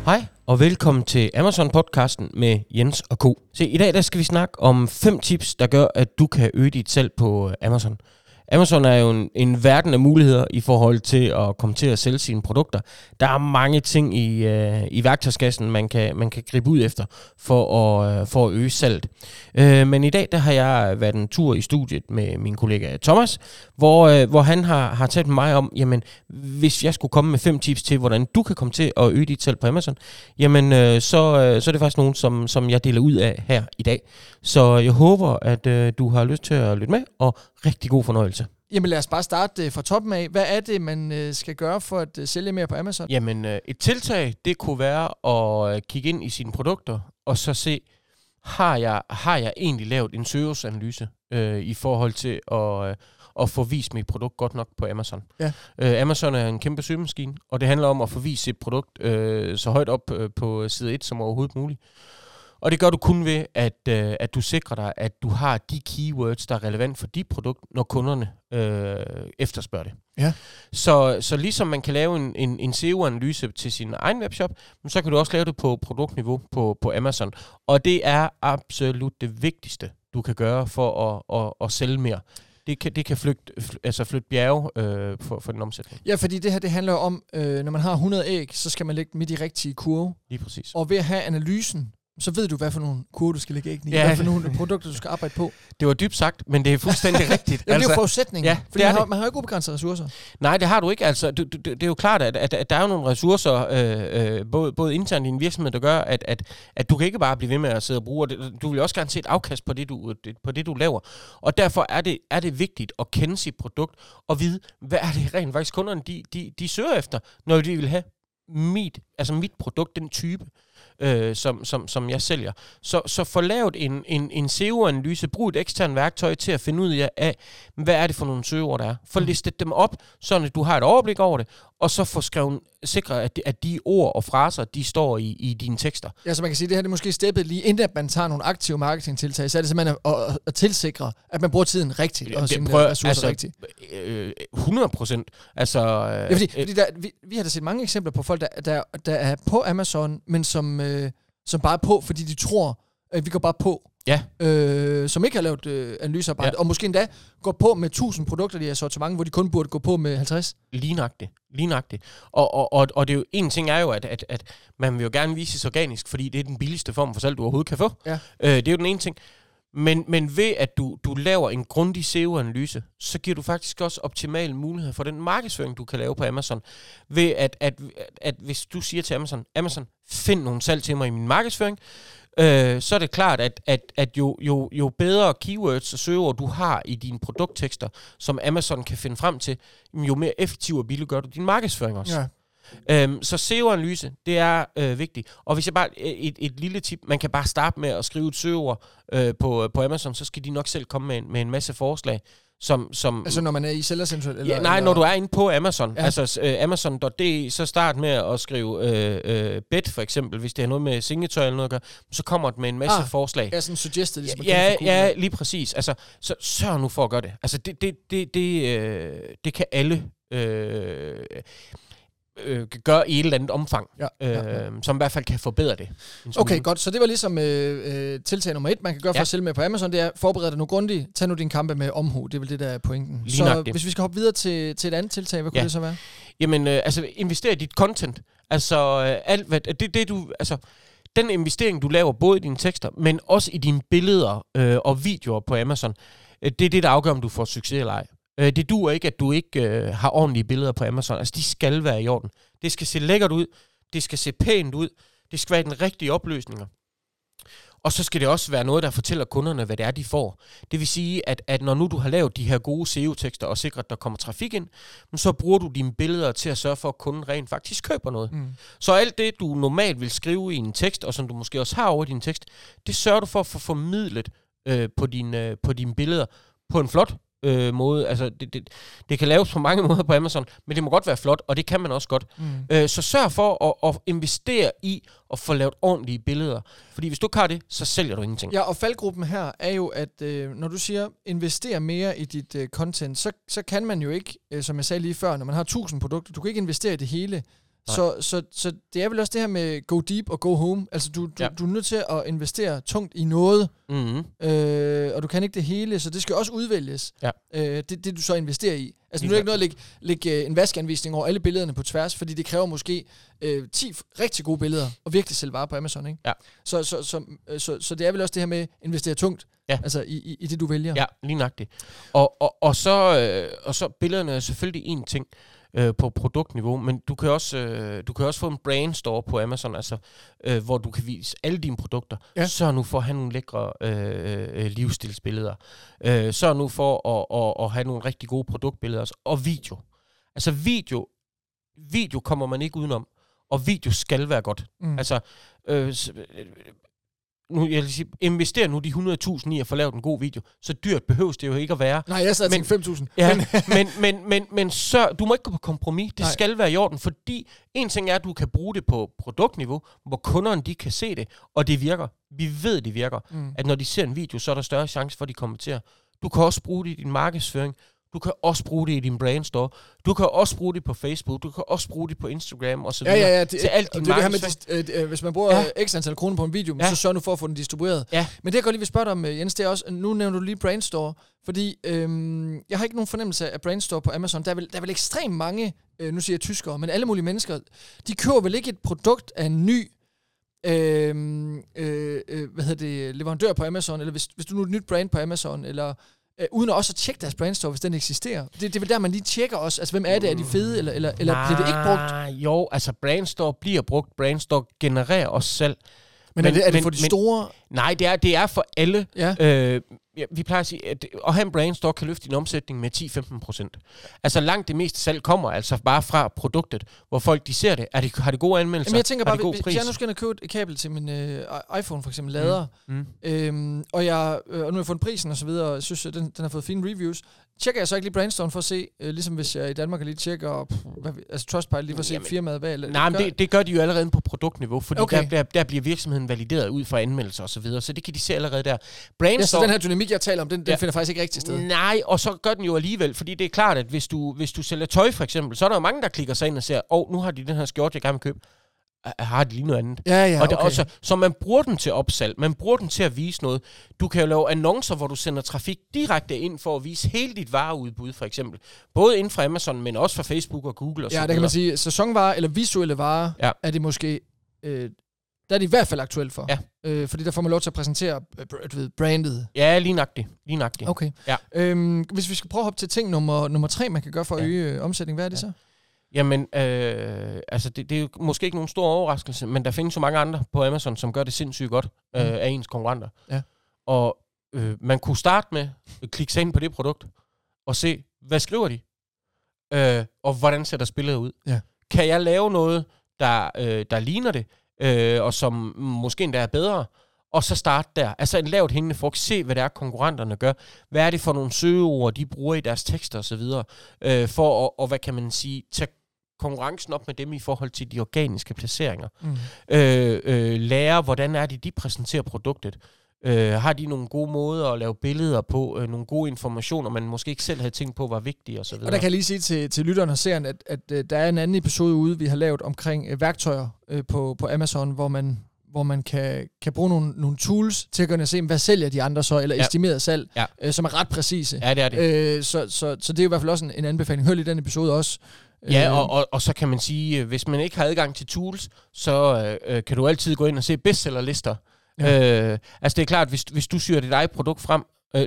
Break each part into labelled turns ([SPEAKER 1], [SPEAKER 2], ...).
[SPEAKER 1] Hej og velkommen til Amazon-podcasten med Jens og K. Se, i dag der skal vi snakke om 5 tips, der gør, at du kan øge dit salg på Amazon. Amazon er jo en verden af muligheder i forhold til at komme til at sælge sine produkter. Der er mange ting i værktøjskassen, man kan gribe ud efter for at øge salget. Men i dag der har jeg været en tur i studiet med min kollega Thomas, hvor han har talt med mig om, jamen, hvis jeg skulle komme med 5 tips til, hvordan du kan komme til at øge dit salg på Amazon, jamen, så er det faktisk nogen, som jeg deler ud af her i dag. Så jeg håber, at du har lyst til at lytte med, og rigtig god fornøjelse.
[SPEAKER 2] Jamen lad os bare starte fra toppen af. Hvad er det, man skal gøre for at sælge mere på Amazon?
[SPEAKER 1] Jamen et tiltag, det kunne være at kigge ind i sine produkter, og så se, har jeg egentlig lavet en søgeanalyse i forhold til at få vist mit produkt godt nok på Amazon. Ja. Amazon er en kæmpe søgemaskine, og det handler om at få vist sit produkt så højt op på side 1 som overhovedet muligt. Og det gør du kun ved, at du sikrer dig, at du har de keywords, der er relevant for dit produkt, når kunderne efterspørger det.
[SPEAKER 2] Ja.
[SPEAKER 1] Så ligesom man kan lave en SEO-analyse til sin egen webshop, så kan du også lave det på produktniveau på Amazon. Og det er absolut det vigtigste, du kan gøre for at sælge mere. Det kan flytte bjerge for den omsætning.
[SPEAKER 2] Ja, fordi det her det handler om, når man har 100 æg, så skal man lægge dem i de rigtige kurve.
[SPEAKER 1] Lige præcis.
[SPEAKER 2] Og ved at have analysen, så ved du, hvad for nogle kurve du skal lægge æggene i,
[SPEAKER 1] ja.
[SPEAKER 2] hvad for nogle produkter du skal arbejde på.
[SPEAKER 1] Det var dybt sagt, men det er fuldstændig rigtigt.
[SPEAKER 2] Jamen, det er jo forudsætningen,
[SPEAKER 1] ja,
[SPEAKER 2] fordi man har jo ikke ubegrænsede ressourcer.
[SPEAKER 1] Nej, det har du ikke. Altså, det er jo klart, at der er jo nogle ressourcer, både internt i en virksomhed, der gør, at du kan ikke bare blive ved med at sidde og bruge det. Du vil også gerne se et afkast på det, du laver. Og derfor er det vigtigt at kende sit produkt og vide, hvad er det rent faktisk kunderne, de søger efter, når de vil have mit produkt, den type. Som jeg sælger. Så få lavet en SEO-analyse, brug et eksternt værktøj til at finde ud af, hvad er det for nogle søgeord, der er. Få listet dem op, så du har et overblik over det, og så få sikre, at de ord og fraser, de står i dine tekster.
[SPEAKER 2] Ja, så man kan sige, at det her det er måske steppet lige inden, at man tager nogle aktive marketingtiltag, så er det simpelthen at tilsikre, at man bruger tiden rigtigt, og sine ressourcer rigtigt.
[SPEAKER 1] 100%. Altså,
[SPEAKER 2] ja, fordi vi har da set mange eksempler på folk, der er på Amazon, men som bare er på, fordi de tror, at vi går bare på.
[SPEAKER 1] Ja.
[SPEAKER 2] Som ikke har lavet analysearbejde, og måske endda går på med 1000 produkter, de har sortiment, hvor de kun burde gå på med 50.
[SPEAKER 1] Lignagtigt. Og det er jo, en ting er jo, at man vil jo gerne vises organisk, fordi det er den billigste form for salg, du overhovedet kan få. Ja. Det er jo den ene ting. Men ved at du laver en grundig SEO-analyse, så giver du faktisk også optimale muligheder for den markedsføring, du kan lave på Amazon. Ved at hvis du siger til Amazon, find nogle salg til mig i min markedsføring, så er det klart, at jo bedre keywords og søgeord du har i dine produkttekster, som Amazon kan finde frem til, jo mere effektiv og billig gør du din markedsføring også. Ja. Så SEO-analyse, det er vigtigt. Og hvis jeg bare et lille tip, man kan bare starte med at skrive et søgeord på Amazon, så skal de nok selv komme med en masse forslag. Som
[SPEAKER 2] altså når man er i sælgercentral?
[SPEAKER 1] Når du er inde på Amazon. Ja. Altså Amazon.de, så start med at skrive bed for eksempel, hvis det har noget med sengetøj eller noget at gøre, så kommer det med en masse forslag.
[SPEAKER 2] Ja, sådan suggested. Ligesom
[SPEAKER 1] ja, lige præcis. Altså, så sørg nu for at gøre det. Altså, det kan alle gøre i et eller andet omfang, som i hvert fald kan forbedre det.
[SPEAKER 2] Okay, godt. Så det var ligesom tiltag nummer 1, man kan gøre for at sælge med på Amazon, det er forberede dig nu grundigt, tag nu din kampe med omhu, det er vel det, der er pointen. Så hvis vi skal hoppe videre til et andet tiltag, hvad kunne det så være?
[SPEAKER 1] Jamen, invester i dit content. Altså, alt hvad, den investering, du laver både i dine tekster, men også i dine billeder og videoer på Amazon, det er det, der afgør, om du får succes eller ej. Det duer ikke, at du ikke har ordentlige billeder på Amazon. Altså, de skal være i orden. Det skal se lækkert ud. Det skal se pænt ud. Det skal være den rigtige opløsninger. Og så skal det også være noget, der fortæller kunderne, hvad det er, de får. Det vil sige, at når nu du har lavet de her gode SEO-tekster og sikret, at der kommer trafik ind, så bruger du dine billeder til at sørge for, at kunden rent faktisk køber noget. Så alt det, du normalt vil skrive i en tekst, og som du måske også har over i din tekst, det sørger du for at få formidlet på dine billeder på en flot måde. Altså, det kan laves på mange måder på Amazon, men det må godt være flot, og det kan man også godt. Så sørg for at investere i at få lavet ordentlige billeder. Fordi hvis du ikke har det, så sælger du ingenting.
[SPEAKER 2] Ja, og faldgruppen her er jo, at når du siger, investere mere i dit content, så kan man jo ikke, som jeg sagde lige før, når man har 1000 produkter, du kan ikke investere i det hele. Så det er vel også det her med go deep og go home. Altså, du er nødt til at investere tungt i noget, og du kan ikke det hele, så det skal også udvælges, det du så investerer i. Altså, nu er det ikke noget at lægge en vaskeanvisning over alle billederne på tværs, fordi det kræver måske 10 rigtig gode billeder, og virkelig sælge varer på Amazon, ikke? Ja. Så det er vel også det her med at investere tungt, altså i det, du vælger.
[SPEAKER 1] Ja, lige nøjagtigt. Og så billederne er selvfølgelig en ting, på produktniveau, men du kan også få en brandstore på Amazon, altså hvor du kan vise alle dine produkter. Sørg nu for at have nogle lækre livsstilsbilleder. Sørg nu for at have nogle rigtig gode produktbilleder også. Og video. Altså video kommer man ikke udenom, og video skal være godt. Altså nu, jeg vil sige, invester nu de 100.000 i at få lavet en god video. Så dyrt behøves det jo ikke at være.
[SPEAKER 2] Nej, jeg sad til 5.000.
[SPEAKER 1] Ja, men så, du må ikke gå på kompromis. Det skal være i orden, fordi en ting er, at du kan bruge det på produktniveau, hvor kunderne de kan se det, og det virker. Vi ved, det virker. At når de ser en video, så er der større chance for, at de kommenterer. Du kan også bruge det i din markedsføring. Du kan også bruge det i din brandstore. Du kan også bruge det på Facebook. Du kan også bruge det på Instagram og så videre.
[SPEAKER 2] Ja, til alt din markedsføring. Hvis man bruger x antal kroner på en video, så sørg nu for at få den distribueret. Ja. Men det jeg godt lige vil spørge dig om, Jens, det er også, nu nævner du lige brandstore, fordi jeg har ikke nogen fornemmelse af brandstore på Amazon. Der er vel ekstremt mange, nu siger jeg tyskere, men alle mulige mennesker, de køber vel ikke et produkt af en ny leverandør på Amazon, eller hvis du nu er et nyt brand på Amazon, eller uden også at tjekke deres brandstore, hvis den eksisterer. Det er vel der, man lige tjekker også. Altså, hvem er det? Er de fede, eller bliver det ikke brugt?
[SPEAKER 1] Jo, altså brandstore bliver brugt. Brandstore genererer også selv.
[SPEAKER 2] Men er det for de store?
[SPEAKER 1] Nej, det er for alle. Ja. Vi plejer at sige, at have en brandstore kan løfte din omsætning med 10-15%. Altså langt det meste salg kommer altså bare fra produktet, hvor folk de ser det. Har det gode anmeldelser?
[SPEAKER 2] Men jeg tænker bare, hvis jeg nu skal købe et kabel til min iPhone for eksempel, lader, og nu har jeg fundet prisen og så videre, og jeg synes, at den har fået fine reviews, tjekker jeg så ikke lige brandstoren for at se, ligesom hvis jeg i Danmark lige tjekker, altså Trustpilot lige for at se firmaet bag?
[SPEAKER 1] Nej, men det gør de jo allerede på produktniveau, fordi der bliver virksomheden valideret ud fra anmeldelser og så videre, så det kan de se allerede der. Brandstore,
[SPEAKER 2] så den her dynamik, jeg taler om, den finder faktisk ikke rigtig sted.
[SPEAKER 1] Nej, og så gør den jo alligevel, fordi det er klart, at hvis du sælger tøj for eksempel, så er der jo mange, der klikker sig ind og ser, nu har de den her skjorte, jeg gerne vil købe. Har de lige noget andet.
[SPEAKER 2] Ja,
[SPEAKER 1] og det også, så man bruger den til opsalg, man bruger den til at vise noget. Du kan jo lave annoncer, hvor du sender trafik direkte ind for at vise hele dit vareudbud, for eksempel. Både inden fra Amazon, men også fra Facebook og Google og så videre.
[SPEAKER 2] Ja, det kan man sige. Sæsonvarer eller visuelle varer, er det måske... der er det i hvert fald aktuelt for. Ja. Fordi der får man lov til at præsentere brandet.
[SPEAKER 1] Ja, lige nøjagtigt.
[SPEAKER 2] Okay. Ja. Hvis vi skal prøve at hoppe til ting nummer 3, man kan gøre for at øge omsætning, hvad er det så?
[SPEAKER 1] Jamen, altså det er jo måske ikke nogen stor overraskelse, men der findes jo mange andre på Amazon, som gør det sindssygt godt af ens konkurrenter. Ja. Og man kunne starte med at klikke sig ind på det produkt og se, hvad skriver de? Og hvordan ser der spillet ud? Ja. Kan jeg lave noget, der ligner det, og som måske endda er bedre? Og så starte der. Altså en lavt hængende frugt. Se, hvad det er, konkurrenterne gør. Hvad er det for nogle søgeord, de bruger i deres tekster osv. For at, hvad kan man sige, tage konkurrencen op med dem i forhold til de organiske placeringer. Lære, hvordan er det, de præsenterer produktet. Har de nogle gode måder at lave billeder på, nogle gode informationer, man måske ikke selv havde tænkt på, var vigtige osv.
[SPEAKER 2] Og der kan jeg lige sige til lytterne og seeren, at der er en anden episode ude, vi har lavet omkring værktøjer på Amazon, hvor man kan bruge nogle tools til at kunne se, hvad sælger de andre så, eller estimeret salg, som er ret præcise.
[SPEAKER 1] Ja, det er det.
[SPEAKER 2] Så det er i hvert fald også en anbefaling. Hør lige den episode også.
[SPEAKER 1] Ja, og så kan man sige, hvis man ikke har adgang til tools, så kan du altid gå ind og se bestsellerlister. Ja. Altså det er klart, hvis du søger dit eget produkt frem,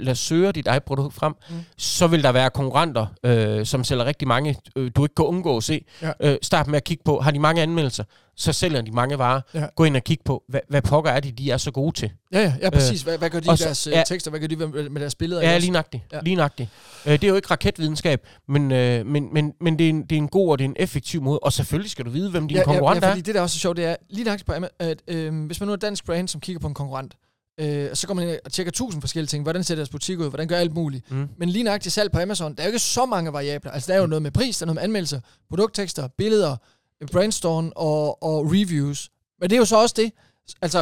[SPEAKER 1] så vil der være konkurrenter, som sælger rigtig mange, du ikke kan undgå at se. Ja. Start med at kigge på, har de mange anmeldelser, så sælger de mange varer. Ja. Gå ind og kigge på, hvad pokker er de er så gode til.
[SPEAKER 2] Ja, præcis. Hvad gør de i deres tekster? Hvad gør de med deres billeder?
[SPEAKER 1] Ja, lige nøjagtigt. Det er jo ikke raketvidenskab, men det er en god og det er en effektiv måde. Og selvfølgelig skal du vide, hvem dine konkurrenter er.
[SPEAKER 2] Fordi det der også er sjovt, det er lige nøjagtigt på, at hvis man nu er dansk brand, som kigger på en konkurrent, så går man ind og tjekker 1000 forskellige ting. Hvordan ser deres butik ud? Hvordan gør alt muligt? Men lige nøjagtigt salg på Amazon, der er jo ikke så mange variabler. Altså, der er jo noget med pris, der er noget med anmeldelser, produkttekster, billeder, brainstorm og reviews. Men det er jo så også det. Altså,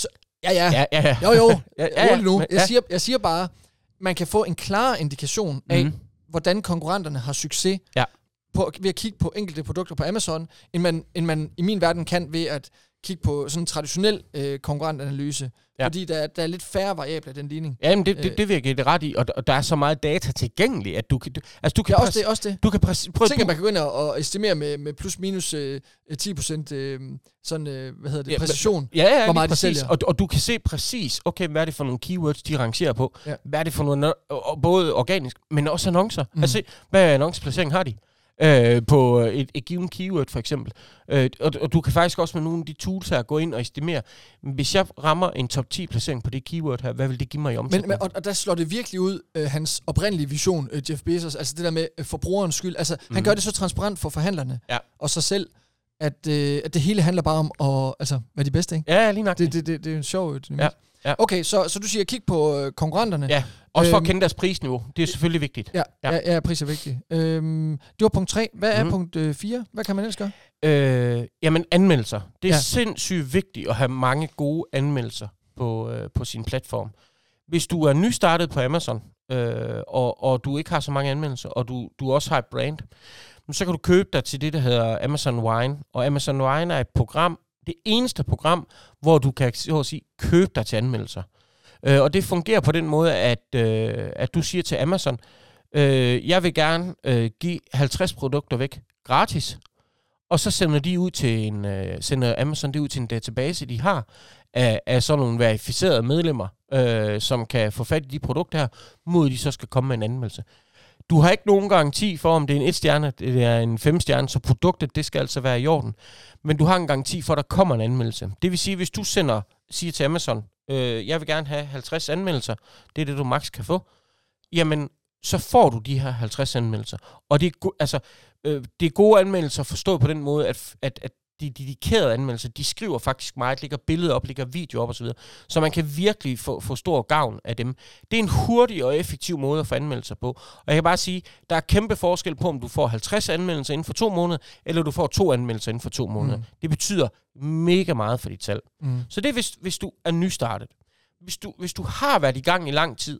[SPEAKER 2] rolig nu. Jeg siger bare, man kan få en klar indikation af, hvordan konkurrenterne har succes ved at kigge på enkelte produkter på Amazon, end man i min verden kan ved at kigge på sådan en traditionel konkurrentanalyse. Ja. Fordi der er lidt færre variabler i den ligning.
[SPEAKER 1] Jamen, det vil jeg give det ret i, og der er så meget data tilgængeligt, at du kan...
[SPEAKER 2] Du kan også det.
[SPEAKER 1] Du kan prøve...
[SPEAKER 2] Tænk, at man kan gå ind og estimere med plus minus 10% præcision,
[SPEAKER 1] hvor meget de sælger. Og du kan se præcis, okay, hvad er det for nogle keywords, de rangerer på? Ja. Hvad er det for nogle, både organisk, men også annoncer? Altså, hvad annonceplacering har de? På et given keyword for eksempel. Og du kan faktisk også med nogle af de tools her gå ind og estimere, hvis jeg rammer en top 10 placering på det keyword her, hvad vil det give mig i omsætning?
[SPEAKER 2] Og der slår det virkelig ud, hans oprindelige vision, Jeff Bezos, altså det der med forbrugerens skyld. Altså han gør det så transparent for forhandlerne og sig selv, at det hele handler bare om at være de bedste, ikke?
[SPEAKER 1] Ja, lige nok.
[SPEAKER 2] Det er en sjov dynamik. Ja. Okay, så du siger, kig på konkurrenterne.
[SPEAKER 1] Ja, også for at kende deres prisniveau. Det er selvfølgelig vigtigt.
[SPEAKER 2] Ja, pris er vigtigt. Det var punkt 3. Hvad er punkt 4? Hvad kan man ellers gøre?
[SPEAKER 1] Jamen, anmeldelser. Det er sindssygt vigtigt at have mange gode anmeldelser på sin platform. Hvis du er nystartet på Amazon, og du ikke har så mange anmeldelser, og du også har et brand, så kan du købe dig til det, der hedder Amazon Wine. Og Amazon Wine er et program, det eneste program, hvor du kan så at sige, købe dig til anmeldelser. Og det fungerer på den måde, at du siger til Amazon, jeg vil gerne give 50 produkter væk gratis, og så sender Amazon det ud til en database, de har, af sådan nogle verificerede medlemmer, som kan få fat i de produkter her, mod de så skal komme med en anmeldelse. Du har ikke nogen garanti for, om det er en 1-stjerne, det er en 5-stjerne, så produktet, det skal altså være i orden. Men du har en garanti for, at der kommer en anmeldelse. Det vil sige, hvis du siger til Amazon, jeg vil gerne have 50 anmeldelser, det er det, du max kan få, jamen, så får du de her 50 anmeldelser. Og det er gode anmeldelser forstået på den måde, at de dedikerede anmeldelser, de skriver faktisk meget, lægger billeder op, lægger video op osv., så man kan virkelig få stor gavn af dem. Det er en hurtig og effektiv måde at få anmeldelser på. Og jeg kan bare sige, der er kæmpe forskel på, om du får 50 anmeldelser inden for 2 måneder, eller du får 2 anmeldelser inden for 2 måneder. Det betyder mega meget for dit salg. Så det er, hvis du er nystartet. Hvis du har været i gang i lang tid,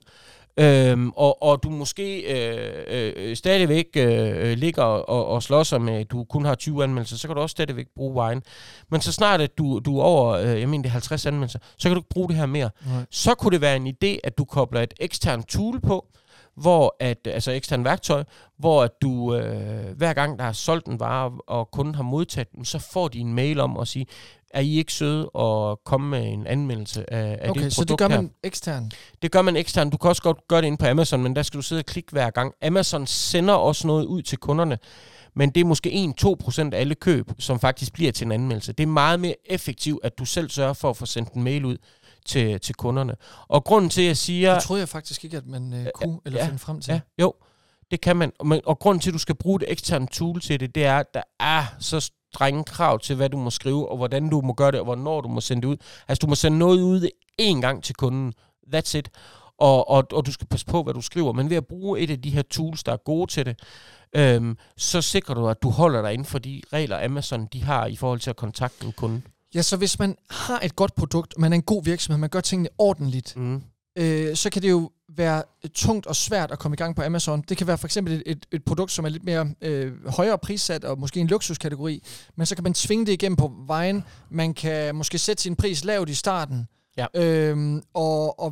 [SPEAKER 1] og du måske stadigvæk ligger og slås med, at du kun har 20 anmeldelser, så kan du også stadigvæk bruge Wine. Men så snart at du er over, det er 50 anmeldelser, så kan du ikke bruge det her mere. Så kunne det være en idé, at du kobler et eksternt tool på, altså ekstern værktøj, hvor at du hver gang der er solgt en vare, og kunden har modtaget den, så får de en mail om at sige, er I ikke søde at komme med en anmeldelse af det produkt her? Okay,
[SPEAKER 2] så det gør man ekstern?
[SPEAKER 1] Det gør man ekstern. Du kan også godt gøre det inde på Amazon, men der skal du sidde og klikke hver gang. Amazon sender også noget ud til kunderne, men det er måske 1-2% af alle køb, som faktisk bliver til en anmeldelse. Det er meget mere effektivt, at du selv sørger for at få sendt en mail ud til kunderne. Og grunden til, at jeg siger...
[SPEAKER 2] Det troede jeg faktisk ikke, at man kunne eller finde frem til.
[SPEAKER 1] Ja, jo, det kan man. Og grunden til, at du skal bruge det eksterne tool til det, det er, at der er så strenge krav til, hvad du må skrive, og hvordan du må gøre det, og hvornår du må sende det ud. Altså, du må sende noget ud 1 gang til kunden. That's it. Og du skal passe på, hvad du skriver. Men ved at bruge et af de her tools, der er gode til det, så sikrer du, at du holder dig inden for de regler, Amazon de har i forhold til at kontakte en kunde.
[SPEAKER 2] Ja, så hvis man har et godt produkt, man er en god virksomhed, man gør tingene ordentligt, så kan det jo være tungt og svært at komme i gang på Amazon. Det kan være for eksempel et produkt, som er lidt mere højere prissat, og måske en luksuskategori, men så kan man tvinge det igennem på vejen. Man kan måske sætte sin pris lavt i starten, og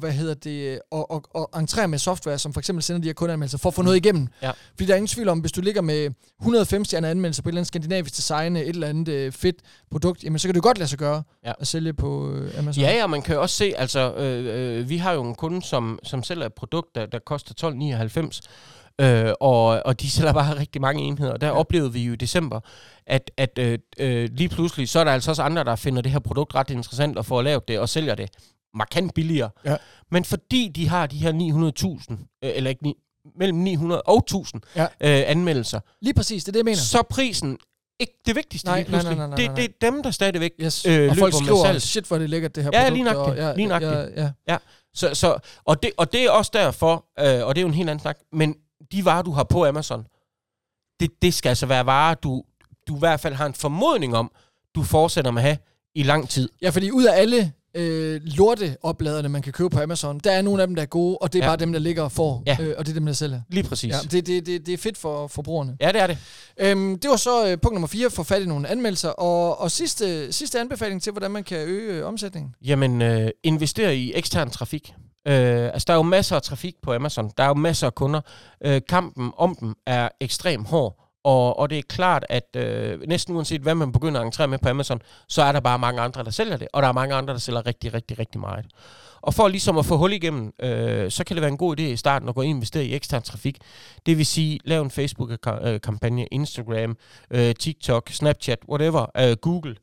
[SPEAKER 2] entrere med software, som for eksempel sender de her kundeanmeldelser, for at få noget igennem. Ja. Fordi der er ingen tvivl om, hvis du ligger med 105 stjerner anmeldelser på et eller andet skandinavisk design, et eller andet fedt produkt, jamen så kan det godt lade sig gøre at sælge på Amazon. Ja,
[SPEAKER 1] og man kan også se, altså vi har jo en kunde, som sælger et produkt, der koster 12,99, og de sælger bare rigtig mange enheder. Der oplevede vi jo i december, at lige pludselig, så er der altså også andre, der finder det her produkt ret interessant, og får lavet det, og sælger det markant billigere. Ja. Men fordi de har de her 900.000, eller ikke mellem 900 og 1.000 anmeldelser.
[SPEAKER 2] Lige præcis, det er det, jeg mener.
[SPEAKER 1] Så prisen ikke det vigtigste lige pludselig. Nej. Det er dem, der stadigvæk
[SPEAKER 2] løber og folk skriver, shit, hvor det lækkert, det her produkt.
[SPEAKER 1] Lige nøjagtigt. Ja. Så, og det er også derfor, og det er jo en helt anden snak, men de varer, du har på Amazon, det skal altså være varer, du i hvert fald har en formodning om, du fortsætter med at have i lang tid.
[SPEAKER 2] Ja, fordi ud af alle lorteopladerne, man kan købe på Amazon. Der er nogle af dem, der er gode, og det er bare dem, der ligger og får, og det er dem, der sælger.
[SPEAKER 1] Lige præcis.
[SPEAKER 2] Ja, det er fedt for forbrugerne.
[SPEAKER 1] Ja, det er det.
[SPEAKER 2] Det var så punkt nummer 4, få fat i nogle anmeldelser, og sidste anbefaling til, hvordan man kan øge omsætningen.
[SPEAKER 1] Jamen, invester i ekstern trafik. Altså, der er jo masser af trafik på Amazon. Der er jo masser af kunder. Kampen om dem er ekstremt hård. Og det er klart, at næsten uanset hvad man begynder at entrere med på Amazon, så er der bare mange andre, der sælger det. Og der er mange andre, der sælger rigtig, rigtig, rigtig meget. Og for ligesom at få hul igennem, så kan det være en god idé i starten at gå ind og investere i ekstern trafik. Det vil sige, lave en Facebook-kampagne, Instagram, TikTok, Snapchat, whatever, Google.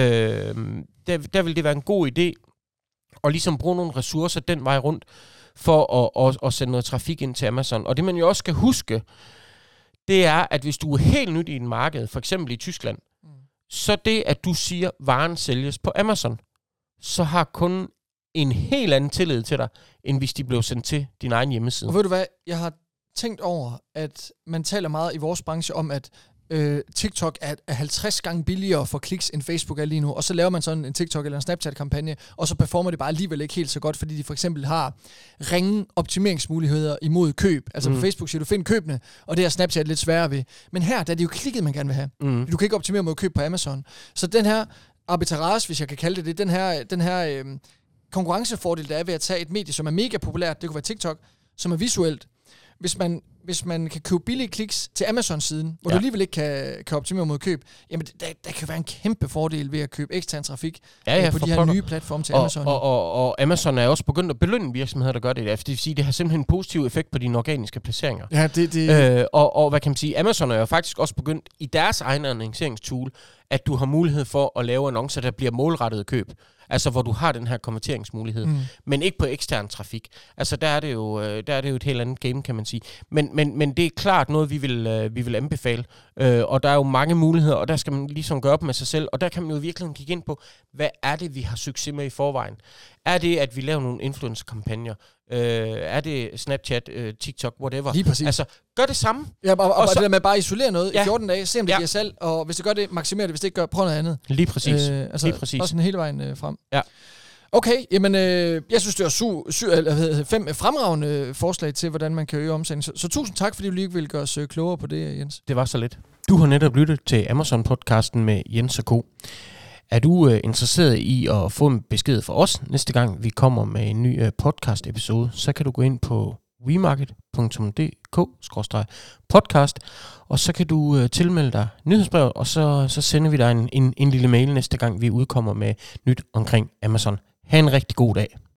[SPEAKER 1] Der vil det være en god idé at ligesom bruge nogle ressourcer den vej rundt for at sende noget trafik ind til Amazon. Og det man jo også skal huske, det er, at hvis du er helt nyt i en marked, for eksempel i Tyskland, så det, at du siger, at varen sælges på Amazon, så har kunden en helt anden tillid til dig, end hvis de blev sendt til din egen hjemmeside.
[SPEAKER 2] Og ved du hvad, jeg har tænkt over, at man taler meget i vores branche om, at TikTok er 50 gange billigere for kliks end Facebook er lige nu, og så laver man sådan en TikTok eller en Snapchat-kampagne, og så performer det bare alligevel ikke helt så godt, fordi de for eksempel har ringe optimeringsmuligheder imod køb. Altså på Facebook siger du, find købene, og det er Snapchat lidt sværere ved. Men her, der er det jo klikket, man gerne vil have. Du kan ikke optimere mod køb på Amazon. Så den her arbitrage, hvis jeg kan kalde det, den her konkurrencefordel, der er ved at tage et medie, som er mega populært, det kunne være TikTok, som er visuelt. Hvis man kan købe billige kliks til Amazon-siden, hvor du alligevel ikke kan optimere mod køb, jamen der kan være en kæmpe fordel ved at købe ekstern trafik på de her nye platforme til Amazon.
[SPEAKER 1] Og Amazon er også begyndt at belønne virksomheder, der gør det. Det vil sige, det har simpelthen en positiv effekt på dine organiske placeringer.
[SPEAKER 2] Ja,
[SPEAKER 1] og hvad kan man sige, Amazon er jo faktisk også begyndt i deres egen annonceringstool, at du har mulighed for at lave annoncer, der bliver målrettet køb. Altså, hvor du har den her konverteringsmulighed. Men ikke på ekstern trafik. Altså, der er det jo et helt andet game, kan man sige. Men det er klart noget, vi vil anbefale. Og der er jo mange muligheder, og der skal man ligesom gøre op med sig selv. Og der kan man jo virkelig kigge ind på, hvad er det, vi har succes med i forvejen? Er det, at vi laver nogle influencer-kampagner? Er det Snapchat, TikTok, whatever?
[SPEAKER 2] Lige præcis.
[SPEAKER 1] Altså, gør det samme.
[SPEAKER 2] Ja, og så, det der med bare isolere noget i 14 dage, se om det giver salg, og hvis det gør det, maksimer det, hvis det ikke gør, prøv noget andet.
[SPEAKER 1] Lige præcis.
[SPEAKER 2] Lige præcis. Også sådan hele vejen frem.
[SPEAKER 1] Ja.
[SPEAKER 2] Okay, jamen, jeg synes, det var 5 fremragende forslag til, hvordan man kan øge omsætningen. Så tusind tak, fordi du lige ville gøre os klogere på det, Jens.
[SPEAKER 1] Det var så lidt. Du har netop lyttet til Amazon-podcasten med Jens og Co. Er du interesseret i at få en besked fra os næste gang, vi kommer med en ny podcast-episode, så kan du gå ind på wemarket.dk/podcast, og så kan du tilmelde dig nyhedsbrevet, og så sender vi dig en lille mail næste gang, vi udkommer med nyt omkring Amazon. Ha' en rigtig god dag.